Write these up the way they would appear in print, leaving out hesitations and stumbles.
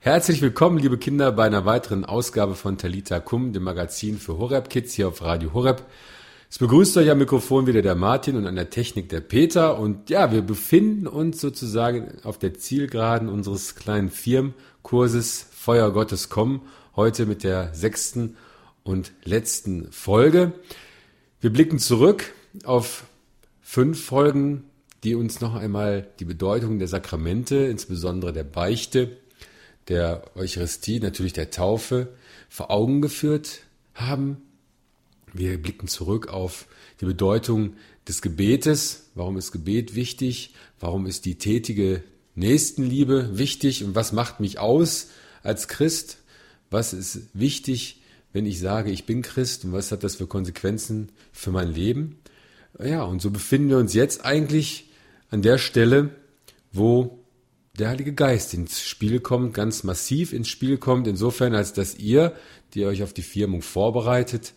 Herzlich willkommen, liebe Kinder, bei einer weiteren Ausgabe von Talita Kum, dem Magazin für Horeb Kids hier auf Radio Horeb. Es begrüßt euch am Mikrofon wieder der Martin und an der Technik der Peter. Und ja, wir befinden uns sozusagen auf der Zielgeraden unseres kleinen Firmenkurses Feuer Gottes kommen. Heute mit der 6. und letzten Folge. Wir blicken zurück auf 5 Folgen, die uns noch einmal die Bedeutung der Sakramente, insbesondere der Beichte, der Eucharistie, natürlich der Taufe, vor Augen geführt haben. Wir blicken zurück auf die Bedeutung des Gebetes. Warum ist Gebet wichtig? Warum ist die tätige Nächstenliebe wichtig? Und was macht mich aus als Christ? Was ist wichtig, wenn ich sage, ich bin Christ? Und was hat das für Konsequenzen für mein Leben? Ja, und so befinden wir uns jetzt eigentlich an der Stelle, wo der Heilige Geist ins Spiel kommt, ganz massiv ins Spiel kommt, insofern, als dass ihr, die euch auf die Firmung vorbereitet,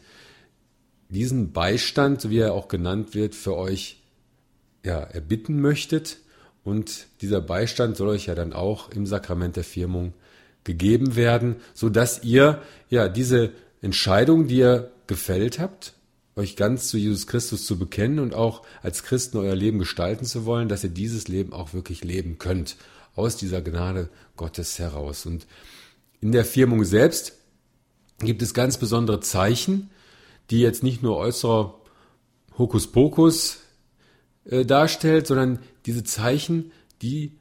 diesen Beistand, so wie er auch genannt wird, für euch erbitten möchtet. Und dieser Beistand soll euch ja dann auch im Sakrament der Firmung gegeben werden, sodass ihr diese Entscheidung, die ihr gefällt habt, euch ganz zu Jesus Christus zu bekennen und auch als Christen euer Leben gestalten zu wollen, dass ihr dieses Leben auch wirklich leben könnt, aus dieser Gnade Gottes heraus. Und in der Firmung selbst gibt es ganz besondere Zeichen, die jetzt nicht nur äußerer Hokuspokus darstellt, sondern diese Zeichen, die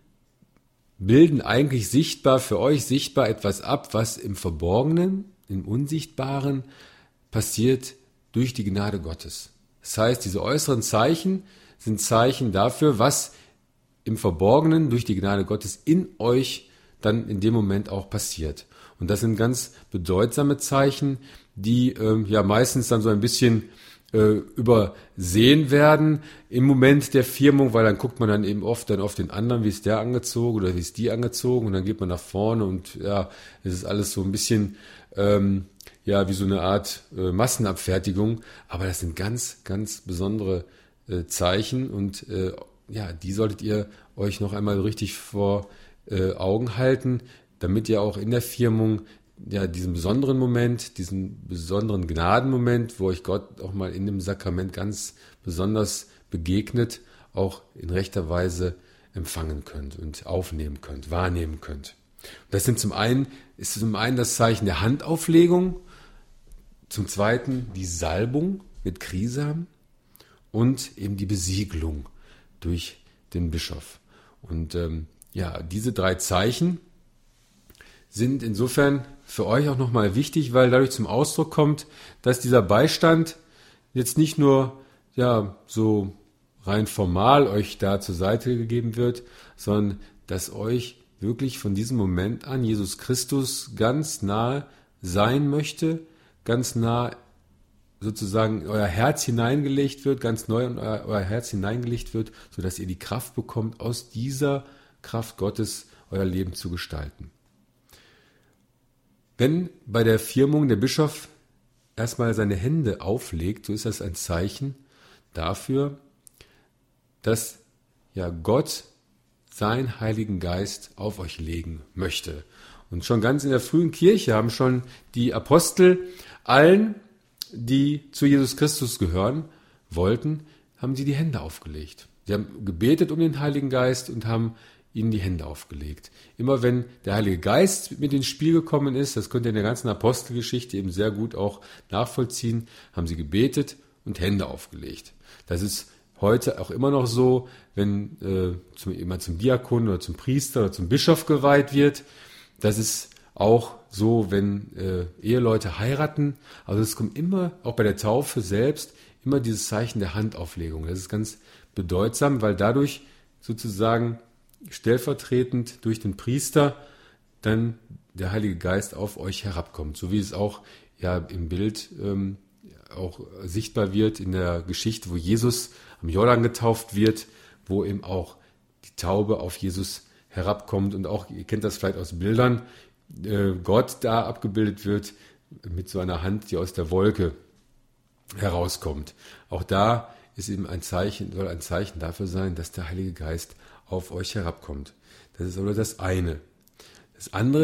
bilden eigentlich für euch sichtbar etwas ab, was im Verborgenen, im Unsichtbaren passiert durch die Gnade Gottes. Das heißt, diese äußeren Zeichen sind Zeichen dafür, was im Verborgenen durch die Gnade Gottes in euch dann in dem Moment auch passiert. Und das sind ganz bedeutsame Zeichen, die meistens dann so ein bisschen übersehen werden im Moment der Firmung, weil dann guckt man dann eben oft dann auf den anderen, wie ist der angezogen oder wie ist die angezogen, und dann geht man nach vorne und es ist alles so ein bisschen wie so eine Art Massenabfertigung, aber das sind ganz, ganz besondere Zeichen und die solltet ihr euch noch einmal richtig vor Augen halten, damit ihr auch in der Firmung diesen besonderen Moment, diesen besonderen Gnadenmoment, wo euch Gott auch mal in dem Sakrament ganz besonders begegnet, auch in rechter Weise empfangen könnt und aufnehmen könnt, wahrnehmen könnt. Und das ist zum einen das Zeichen der Handauflegung, zum zweiten die Salbung mit Krisam und eben die Besiegelung durch den Bischof. Und diese 3 Zeichen sind insofern für euch auch nochmal wichtig, weil dadurch zum Ausdruck kommt, dass dieser Beistand jetzt nicht nur so rein formal euch da zur Seite gegeben wird, sondern dass euch wirklich von diesem Moment an Jesus Christus ganz nahe sein möchte, ganz nah sozusagen euer Herz hineingelegt wird, ganz neu in euer Herz hineingelegt wird, sodass ihr die Kraft bekommt, aus dieser Kraft Gottes euer Leben zu gestalten. Wenn bei der Firmung der Bischof erstmal seine Hände auflegt, so ist das ein Zeichen dafür, dass Gott seinen Heiligen Geist auf euch legen möchte. Und schon ganz in der frühen Kirche haben schon die Apostel allen, die zu Jesus Christus gehören wollten, haben sie die Hände aufgelegt. Sie haben gebetet um den Heiligen Geist und haben ihnen die Hände aufgelegt. Immer wenn der Heilige Geist mit ins Spiel gekommen ist, das könnt ihr in der ganzen Apostelgeschichte eben sehr gut auch nachvollziehen, haben sie gebetet und Hände aufgelegt. Das ist heute auch immer noch so, wenn jemand zum Diakon oder zum Priester oder zum Bischof geweiht wird. Das ist auch so, wenn Eheleute heiraten. Also es kommt immer, auch bei der Taufe selbst, immer dieses Zeichen der Handauflegung. Das ist ganz bedeutsam, weil dadurch sozusagen stellvertretend durch den Priester dann der Heilige Geist auf euch herabkommt. So wie es auch im Bild auch sichtbar wird in der Geschichte, wo Jesus am Jordan getauft wird, wo eben auch die Taube auf Jesus herabkommt und auch, ihr kennt das vielleicht aus Bildern, Gott da abgebildet wird mit so einer Hand, die aus der Wolke herauskommt. Auch da ist eben soll ein Zeichen dafür sein, dass der Heilige Geist auf euch herabkommt. Das ist aber das eine. Das andere ist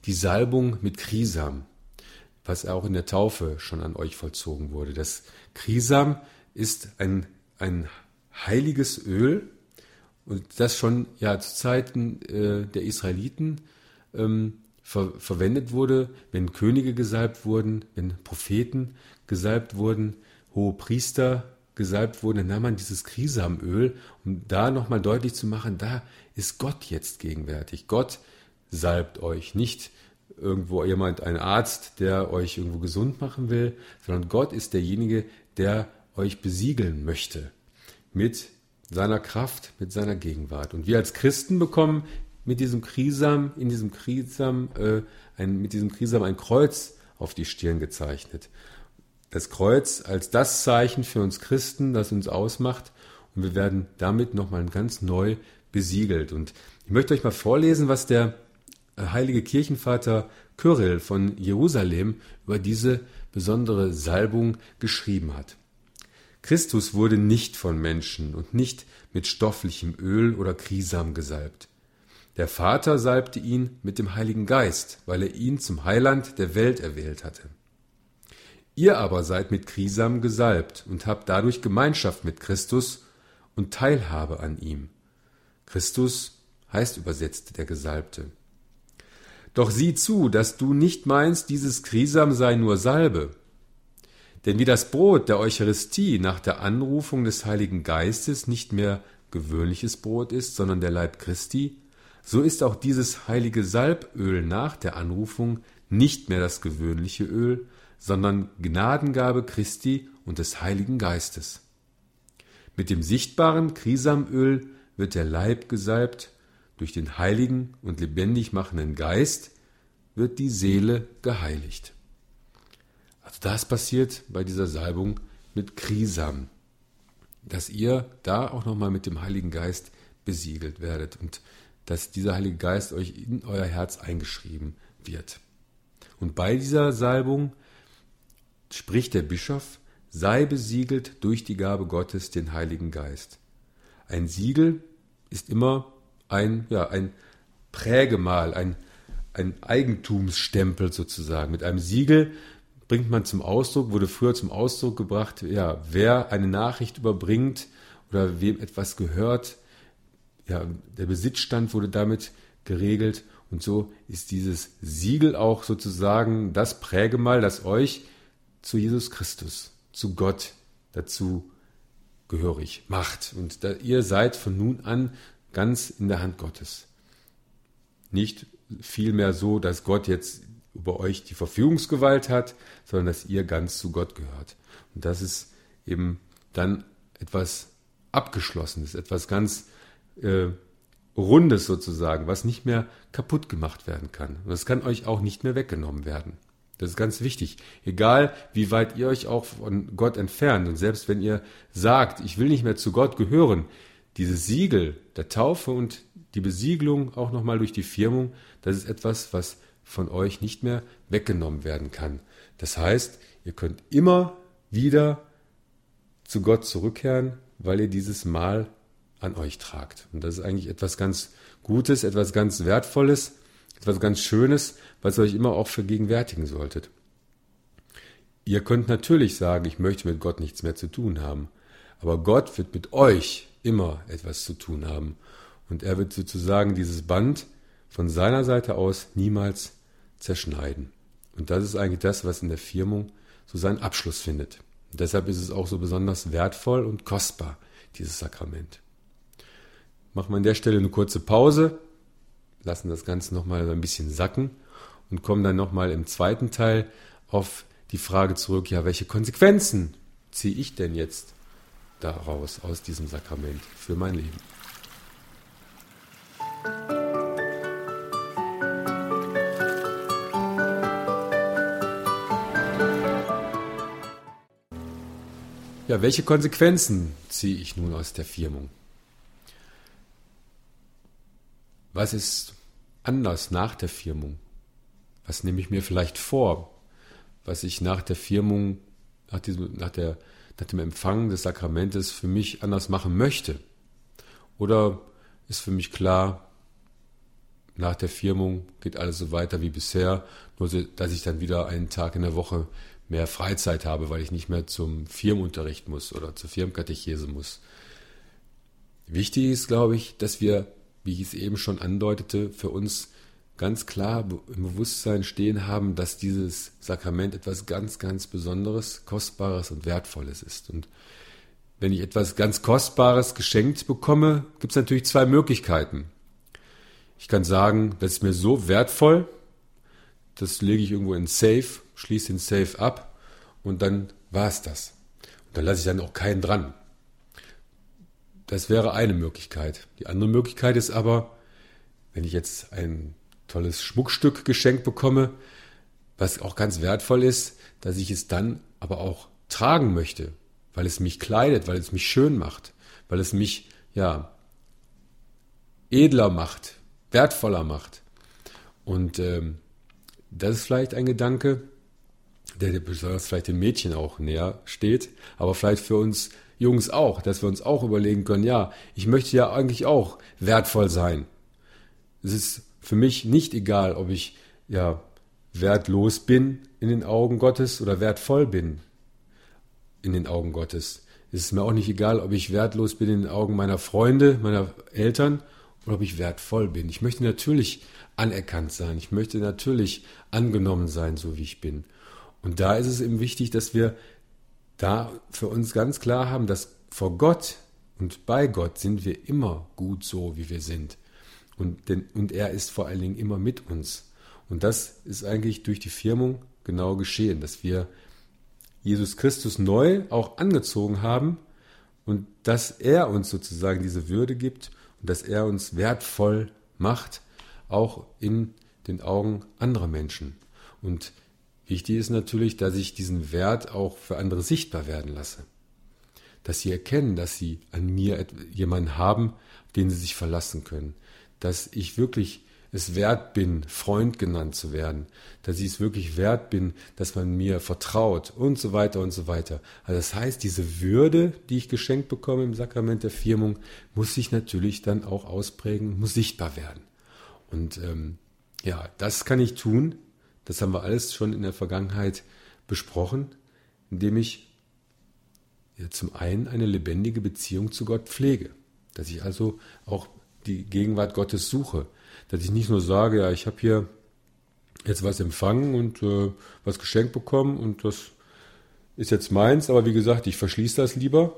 die Salbung mit Krisam, was auch in der Taufe schon an euch vollzogen wurde. Das Krisam ist ein heiliges Öl und das schon zu Zeiten der Israeliten verwendet wurde, wenn Könige gesalbt wurden, wenn Propheten gesalbt wurden, hohe Priester gesalbt wurden, dann nahm man dieses Krisamöl, um da nochmal deutlich zu machen, da ist Gott jetzt gegenwärtig. Gott salbt euch, nicht irgendwo jemand, ein Arzt, der euch irgendwo gesund machen will, sondern Gott ist derjenige, der euch besiegeln möchte mit seiner Kraft, mit seiner Gegenwart. Und wir als Christen bekommen mit diesem Krisam ein Kreuz auf die Stirn gezeichnet. Das Kreuz als das Zeichen für uns Christen, das uns ausmacht, und wir werden damit nochmal ganz neu besiegelt. Und ich möchte euch mal vorlesen, was der heilige Kirchenvater Kyrill von Jerusalem über diese besondere Salbung geschrieben hat. Christus wurde nicht von Menschen und nicht mit stofflichem Öl oder Krisam gesalbt. Der Vater salbte ihn mit dem Heiligen Geist, weil er ihn zum Heiland der Welt erwählt hatte. Ihr aber seid mit Krisam gesalbt und habt dadurch Gemeinschaft mit Christus und Teilhabe an ihm. Christus heißt übersetzt der Gesalbte. Doch sieh zu, dass du nicht meinst, dieses Krisam sei nur Salbe. Denn wie das Brot der Eucharistie nach der Anrufung des Heiligen Geistes nicht mehr gewöhnliches Brot ist, sondern der Leib Christi, so ist auch dieses heilige Salböl nach der Anrufung nicht mehr das gewöhnliche Öl, sondern Gnadengabe Christi und des Heiligen Geistes. Mit dem sichtbaren Krisamöl wird der Leib gesalbt, durch den heiligen und lebendig machenden Geist wird die Seele geheiligt. Also das passiert bei dieser Salbung mit Krisam, dass ihr da auch nochmal mit dem Heiligen Geist besiegelt werdet und dass dieser Heilige Geist euch in euer Herz eingeschrieben wird. Und bei dieser Salbung spricht der Bischof, sei besiegelt durch die Gabe Gottes, den Heiligen Geist. Ein Siegel ist immer ein Prägemal, ein Eigentumsstempel sozusagen. Mit einem Siegel bringt man zum Ausdruck, wurde früher zum Ausdruck gebracht, wer eine Nachricht überbringt oder wem etwas gehört, der Besitzstand wurde damit geregelt und so ist dieses Siegel auch sozusagen das Prägemal, das euch zu Jesus Christus, zu Gott dazu gehörig macht. Und ihr seid von nun an ganz in der Hand Gottes. Nicht vielmehr so, dass Gott jetzt über euch die Verfügungsgewalt hat, sondern dass ihr ganz zu Gott gehört. Und das ist eben dann etwas Abgeschlossenes, etwas ganz Rundes sozusagen, was nicht mehr kaputt gemacht werden kann. Und das kann euch auch nicht mehr weggenommen werden. Das ist ganz wichtig. Egal, wie weit ihr euch auch von Gott entfernt und selbst wenn ihr sagt, ich will nicht mehr zu Gott gehören, dieses Siegel der Taufe und die Besiegelung auch nochmal durch die Firmung, das ist etwas, was von euch nicht mehr weggenommen werden kann. Das heißt, ihr könnt immer wieder zu Gott zurückkehren, weil ihr dieses Mal an euch tragt. Und das ist eigentlich etwas ganz Gutes, etwas ganz Wertvolles, etwas ganz Schönes, was ihr euch immer auch vergegenwärtigen solltet. Ihr könnt natürlich sagen, ich möchte mit Gott nichts mehr zu tun haben. Aber Gott wird mit euch immer etwas zu tun haben. Und er wird sozusagen dieses Band von seiner Seite aus niemals zerschneiden. Und das ist eigentlich das, was in der Firmung so seinen Abschluss findet. Und deshalb ist es auch so besonders wertvoll und kostbar, dieses Sakrament. Machen wir an der Stelle eine kurze Pause, lassen das Ganze nochmal ein bisschen sacken und kommen dann nochmal im zweiten Teil auf die Frage zurück, welche Konsequenzen ziehe ich denn jetzt daraus, aus diesem Sakrament für mein Leben? Welche Konsequenzen ziehe ich nun aus der Firmung? Was ist anders nach der Firmung? Was nehme ich mir vielleicht vor, was ich nach der Firmung, nach dem Empfang des Sakramentes für mich anders machen möchte? Oder ist für mich klar, nach der Firmung geht alles so weiter wie bisher, nur so, dass ich dann wieder einen Tag in der Woche mehr Freizeit habe, weil ich nicht mehr zum Firmenunterricht muss oder zur Firmenkatechese muss. Wichtig ist, glaube ich, dass wir, wie ich es eben schon andeutete, für uns ganz klar im Bewusstsein stehen haben, dass dieses Sakrament etwas ganz, ganz Besonderes, Kostbares und Wertvolles ist. Und wenn ich etwas ganz Kostbares geschenkt bekomme, gibt es natürlich zwei Möglichkeiten. Ich kann sagen, das ist mir so wertvoll, das lege ich irgendwo in den Safe, schließe den Safe ab und dann war es das. Und dann lasse ich dann auch keinen dran. Das wäre eine Möglichkeit. Die andere Möglichkeit ist aber, wenn ich jetzt ein tolles Schmuckstück geschenkt bekomme, was auch ganz wertvoll ist, dass ich es dann aber auch tragen möchte, weil es mich kleidet, weil es mich schön macht, weil es mich edler macht, wertvoller macht. Und das ist vielleicht ein Gedanke, der besonders vielleicht den Mädchen auch näher steht, aber vielleicht für uns Jungs auch, dass wir uns auch überlegen können, ich möchte ja eigentlich auch wertvoll sein. Es ist für mich nicht egal, ob ich wertlos bin in den Augen Gottes oder wertvoll bin in den Augen Gottes. Es ist mir auch nicht egal, ob ich wertlos bin in den Augen meiner Freunde, meiner Eltern oder ob ich wertvoll bin. Ich möchte natürlich anerkannt sein. Ich möchte natürlich angenommen sein, so wie ich bin. Und da ist es eben wichtig, dass wir da für uns ganz klar haben, dass vor Gott und bei Gott sind wir immer gut so, wie wir sind. Und er ist vor allen Dingen immer mit uns. Und das ist eigentlich durch die Firmung genau geschehen, dass wir Jesus Christus neu auch angezogen haben und dass er uns sozusagen diese Würde gibt und dass er uns wertvoll macht, auch in den Augen anderer Menschen. Und wichtig ist natürlich, dass ich diesen Wert auch für andere sichtbar werden lasse. Dass sie erkennen, dass sie an mir jemanden haben, auf den sie sich verlassen können. Dass ich wirklich es wert bin, Freund genannt zu werden. Dass ich es wirklich wert bin, dass man mir vertraut und so weiter und so weiter. Also das heißt, diese Würde, die ich geschenkt bekomme im Sakrament der Firmung, muss sich natürlich dann auch ausprägen, muss sichtbar werden. Und das kann ich tun. Das haben wir alles schon in der Vergangenheit besprochen, indem ich zum einen eine lebendige Beziehung zu Gott pflege. Dass ich also auch die Gegenwart Gottes suche. Dass ich nicht nur sage, ich habe hier jetzt was empfangen und was geschenkt bekommen und das ist jetzt meins, aber wie gesagt, ich verschließe das lieber.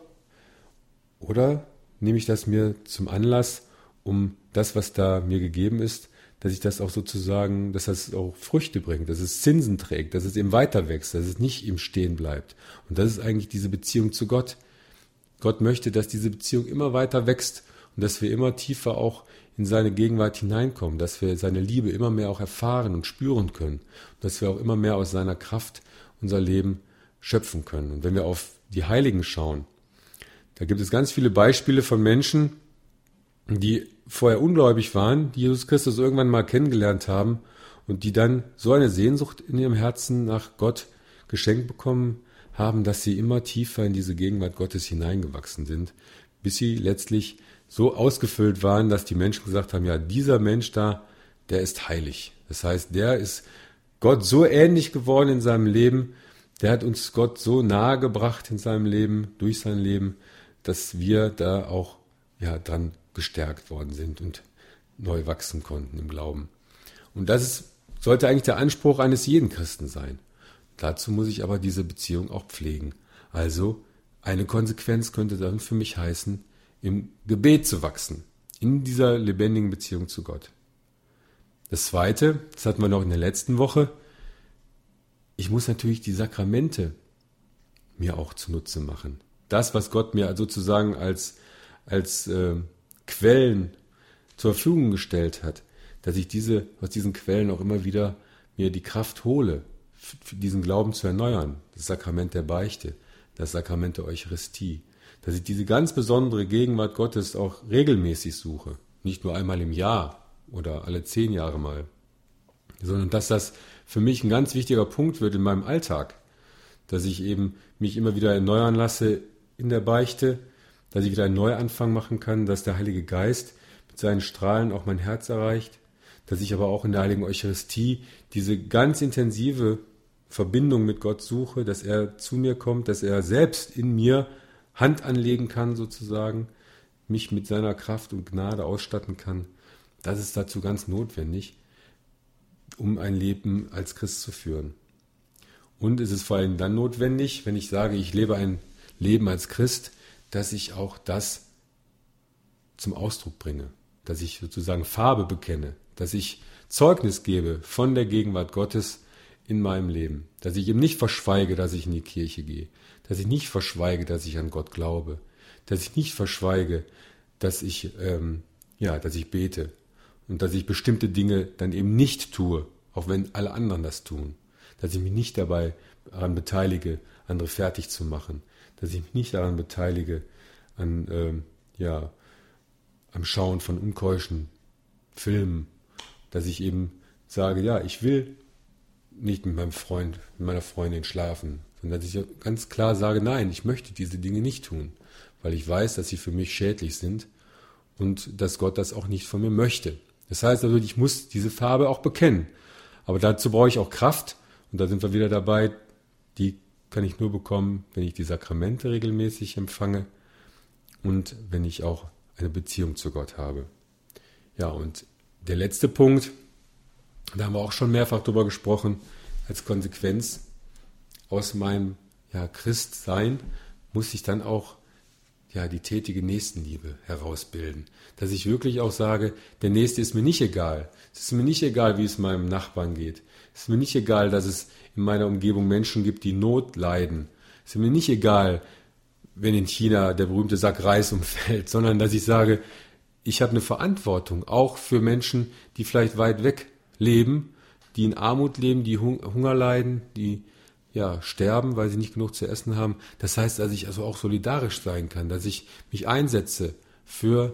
Oder nehme ich das mir zum Anlass, um das, was da mir gegeben ist, dass ich das auch sozusagen, dass das auch Früchte bringt, dass es Zinsen trägt, dass es eben weiter wächst, dass es nicht im Stehen bleibt. Und das ist eigentlich diese Beziehung zu Gott. Gott möchte, dass diese Beziehung immer weiter wächst und dass wir immer tiefer auch in seine Gegenwart hineinkommen, dass wir seine Liebe immer mehr auch erfahren und spüren können, dass wir auch immer mehr aus seiner Kraft unser Leben schöpfen können. Und wenn wir auf die Heiligen schauen, da gibt es ganz viele Beispiele von Menschen, die vorher ungläubig waren, die Jesus Christus irgendwann mal kennengelernt haben und die dann so eine Sehnsucht in ihrem Herzen nach Gott geschenkt bekommen haben, dass sie immer tiefer in diese Gegenwart Gottes hineingewachsen sind, bis sie letztlich so ausgefüllt waren, dass die Menschen gesagt haben, dieser Mensch da, der ist heilig. Das heißt, der ist Gott so ähnlich geworden in seinem Leben, der hat uns Gott so nahe gebracht in seinem Leben, durch sein Leben, dass wir da auch dran gestärkt worden sind und neu wachsen konnten im Glauben. Und sollte eigentlich der Anspruch eines jeden Christen sein. Dazu muss ich aber diese Beziehung auch pflegen. Also eine Konsequenz könnte dann für mich heißen, im Gebet zu wachsen, in dieser lebendigen Beziehung zu Gott. Das Zweite, das hatten wir noch in der letzten Woche, ich muss natürlich die Sakramente mir auch zunutze machen. Das, was Gott mir sozusagen als Quellen zur Verfügung gestellt hat, dass ich aus diesen Quellen auch immer wieder mir die Kraft hole, für diesen Glauben zu erneuern. Das Sakrament der Beichte, das Sakrament der Eucharistie. Dass ich diese ganz besondere Gegenwart Gottes auch regelmäßig suche. Nicht nur einmal im Jahr oder alle 10 Jahre mal. Sondern dass das für mich ein ganz wichtiger Punkt wird in meinem Alltag. Dass ich eben mich immer wieder erneuern lasse in der Beichte, dass ich wieder einen Neuanfang machen kann, dass der Heilige Geist mit seinen Strahlen auch mein Herz erreicht, dass ich aber auch in der Heiligen Eucharistie diese ganz intensive Verbindung mit Gott suche, dass er zu mir kommt, dass er selbst in mir Hand anlegen kann sozusagen, mich mit seiner Kraft und Gnade ausstatten kann. Das ist dazu ganz notwendig, um ein Leben als Christ zu führen. Und es ist vor allem dann notwendig, wenn ich sage, ich lebe ein Leben als Christ, dass ich auch das zum Ausdruck bringe, dass ich sozusagen Farbe bekenne, dass ich Zeugnis gebe von der Gegenwart Gottes in meinem Leben, dass ich eben nicht verschweige, dass ich in die Kirche gehe, dass ich nicht verschweige, dass ich an Gott glaube, dass ich nicht verschweige, dass ich bete und dass ich bestimmte Dinge dann eben nicht tue, auch wenn alle anderen das tun, dass ich mich nicht dabei daran beteilige, andere fertig zu machen, dass ich mich nicht daran beteilige, am Schauen von unkeuschen Filmen, dass ich eben sage, ja, ich will nicht mit meinem Freund, mit meiner Freundin schlafen, sondern dass ich ganz klar sage, nein, ich möchte diese Dinge nicht tun, weil ich weiß, dass sie für mich schädlich sind und dass Gott das auch nicht von mir möchte. Das heißt also, ich muss diese Farbe auch bekennen. Aber dazu brauche ich auch Kraft und da sind wir wieder dabei, die kann ich nur bekommen, wenn ich die Sakramente regelmäßig empfange und wenn ich auch eine Beziehung zu Gott habe. Ja, und der letzte Punkt, da haben wir auch schon mehrfach drüber gesprochen, als Konsequenz aus meinem Christsein muss ich dann auch die tätige Nächstenliebe herausbilden. Dass ich wirklich auch sage, der Nächste ist mir nicht egal. Es ist mir nicht egal, wie es meinem Nachbarn geht. Es ist mir nicht egal, dass es in meiner Umgebung Menschen gibt, die Not leiden. Es ist mir nicht egal, wenn in China der berühmte Sack Reis umfällt, sondern dass ich sage, ich habe eine Verantwortung, auch für Menschen, die vielleicht weit weg leben, die in Armut leben, die Hunger leiden, die sterben, weil sie nicht genug zu essen haben. Das heißt, dass ich also auch solidarisch sein kann, dass ich mich einsetze für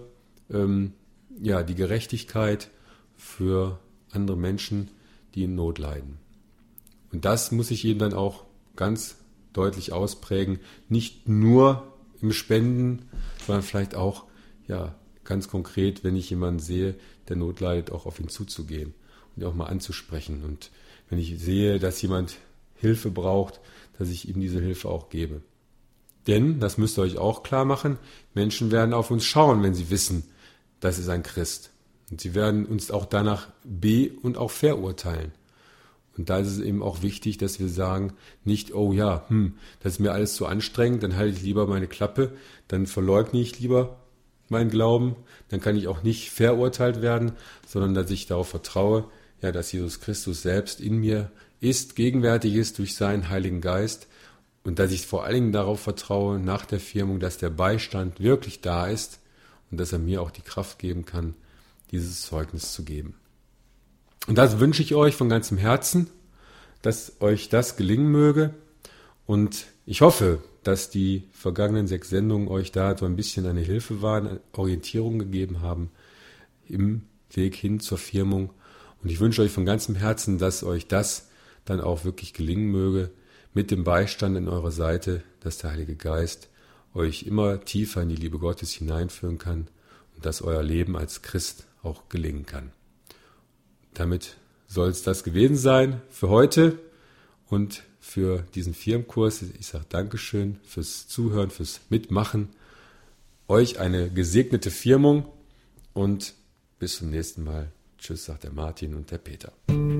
die Gerechtigkeit, für andere Menschen, die in Not leiden. Und das muss ich eben dann auch ganz deutlich ausprägen, nicht nur im Spenden, sondern vielleicht auch ganz konkret, wenn ich jemanden sehe, der Not leidet, auch auf ihn zuzugehen und ihn auch mal anzusprechen. Und wenn ich sehe, dass jemand Hilfe braucht, dass ich ihm diese Hilfe auch gebe. Denn, das müsst ihr euch auch klar machen, Menschen werden auf uns schauen, wenn sie wissen, das ist ein Christ. Und sie werden uns auch danach und auch verurteilen. Und da ist es eben auch wichtig, dass wir sagen, nicht, das ist mir alles zu anstrengend, dann halte ich lieber meine Klappe, dann verleugne ich lieber meinen Glauben, dann kann ich auch nicht verurteilt werden, sondern dass ich darauf vertraue, dass Jesus Christus selbst in mir ist, gegenwärtig ist durch seinen Heiligen Geist und dass ich vor allen Dingen darauf vertraue, nach der Firmung, dass der Beistand wirklich da ist und dass er mir auch die Kraft geben kann, dieses Zeugnis zu geben. Und das wünsche ich euch von ganzem Herzen, dass euch das gelingen möge und ich hoffe, dass die vergangenen 6 Sendungen euch da so ein bisschen eine Hilfe waren, eine Orientierung gegeben haben im Weg hin zur Firmung und ich wünsche euch von ganzem Herzen, dass euch das dann auch wirklich gelingen möge, mit dem Beistand an eurer Seite, dass der Heilige Geist euch immer tiefer in die Liebe Gottes hineinführen kann und dass euer Leben als Christ auch gelingen kann. Damit soll es das gewesen sein für heute und für diesen Firmenkurs. Ich sage Dankeschön fürs Zuhören, fürs Mitmachen. Euch eine gesegnete Firmung und bis zum nächsten Mal. Tschüss, sagt der Martin und der Peter.